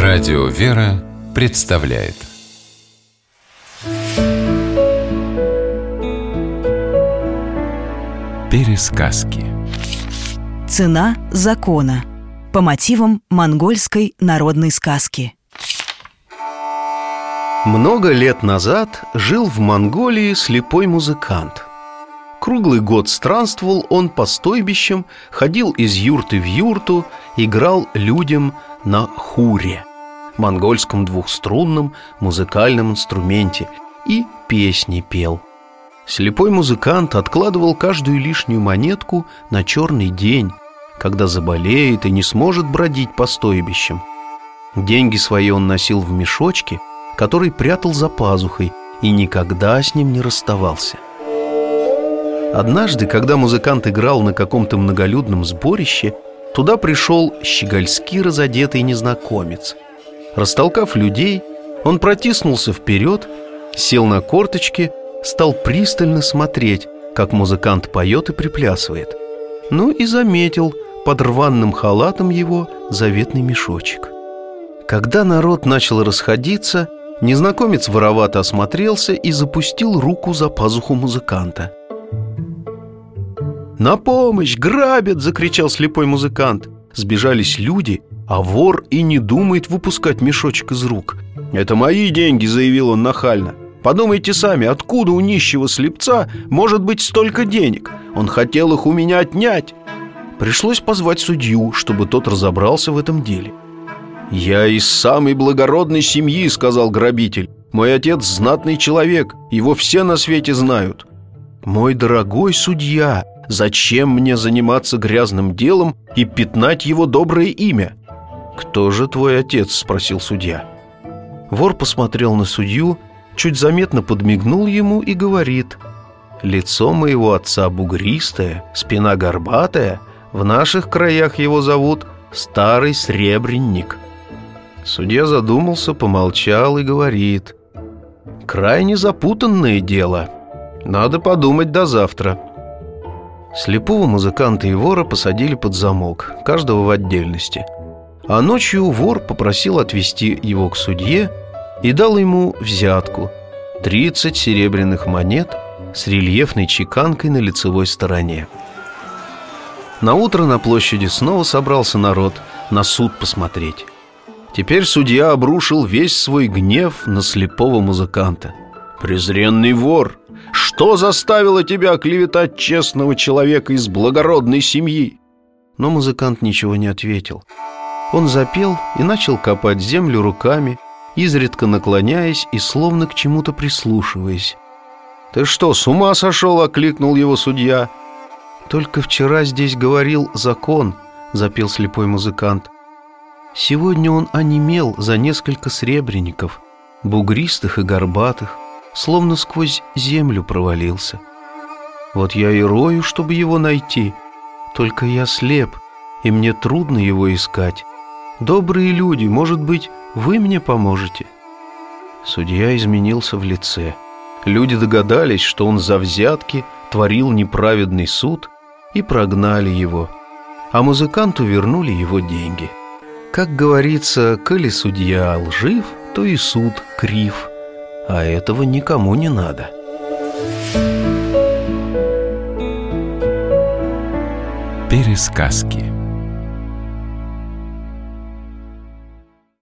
Радио «Вера» представляет Пересказки. Цена закона. По мотивам монгольской народной сказки. Много лет назад жил в Монголии слепой музыкант. Круглый год странствовал он по стойбищам, ходил из юрты в юрту, играл людям на хуре, монгольском двухструнном музыкальном инструменте, и песни пел. Слепой музыкант откладывал каждую лишнюю монетку на черный день, когда заболеет и не сможет бродить по стойбищам. Деньги свои он носил в мешочке, который прятал за пазухой, и никогда с ним не расставался. Однажды, когда музыкант играл на каком-то многолюдном сборище, туда пришел щегольски разодетый незнакомец. Растолкав людей, он протиснулся вперед, сел на корточки, стал пристально смотреть, как музыкант поет и приплясывает. Ну и заметил под рваным халатом его заветный мешочек. Когда народ начал расходиться, незнакомец воровато осмотрелся и запустил руку за пазуху музыканта. «На помощь! Грабят!» — закричал слепой музыкант. Сбежались люди, а вор и не думает выпускать мешочек из рук. «Это мои деньги!» — заявил он нахально. «Подумайте сами, откуда у нищего слепца может быть столько денег? Он хотел их у меня отнять!» Пришлось позвать судью, чтобы тот разобрался в этом деле. «Я из самой благородной семьи», — сказал грабитель. «Мой отец знатный человек, его все на свете знают». «Мой дорогой судья, зачем мне заниматься грязным делом и пятнать его доброе имя?» «Кто же твой отец?» — спросил судья. Вор посмотрел на судью, чуть заметно подмигнул ему и говорит: «Лицо моего отца бугристое, спина горбатая, в наших краях его зовут Старый Сребренник». Судья задумался, помолчал и говорит: «Крайне запутанное дело. Надо подумать до завтра». Слепого музыканта и вора посадили под замок, каждого в отдельности. А ночью вор попросил отвезти его к судье и дал ему взятку — 30 серебряных монет с рельефной чеканкой на лицевой стороне. Наутро на площади снова собрался народ на суд посмотреть. Теперь судья обрушил весь свой гнев на слепого музыканта. «Презренный вор! Что заставило тебя оклеветать честного человека из благородной семьи?» Но музыкант ничего не ответил. Он запел и начал копать землю руками, изредка наклоняясь и словно к чему-то прислушиваясь. «Ты что, с ума сошел?» — окликнул его судья. «Только вчера здесь говорил закон», — запел слепой музыкант. Сегодня он онемел за несколько сребреников, бугристых и горбатых, словно сквозь землю провалился. Вот я и рою, чтобы его найти, только я слеп, и мне трудно его искать. Добрые люди, может быть, вы мне поможете?» Судья изменился в лице. Люди догадались, что он за взятки творил неправедный суд, и прогнали его, а музыканту вернули его деньги. Как говорится, коли судья лжив, то и суд крив, а этого никому не надо. Пересказки.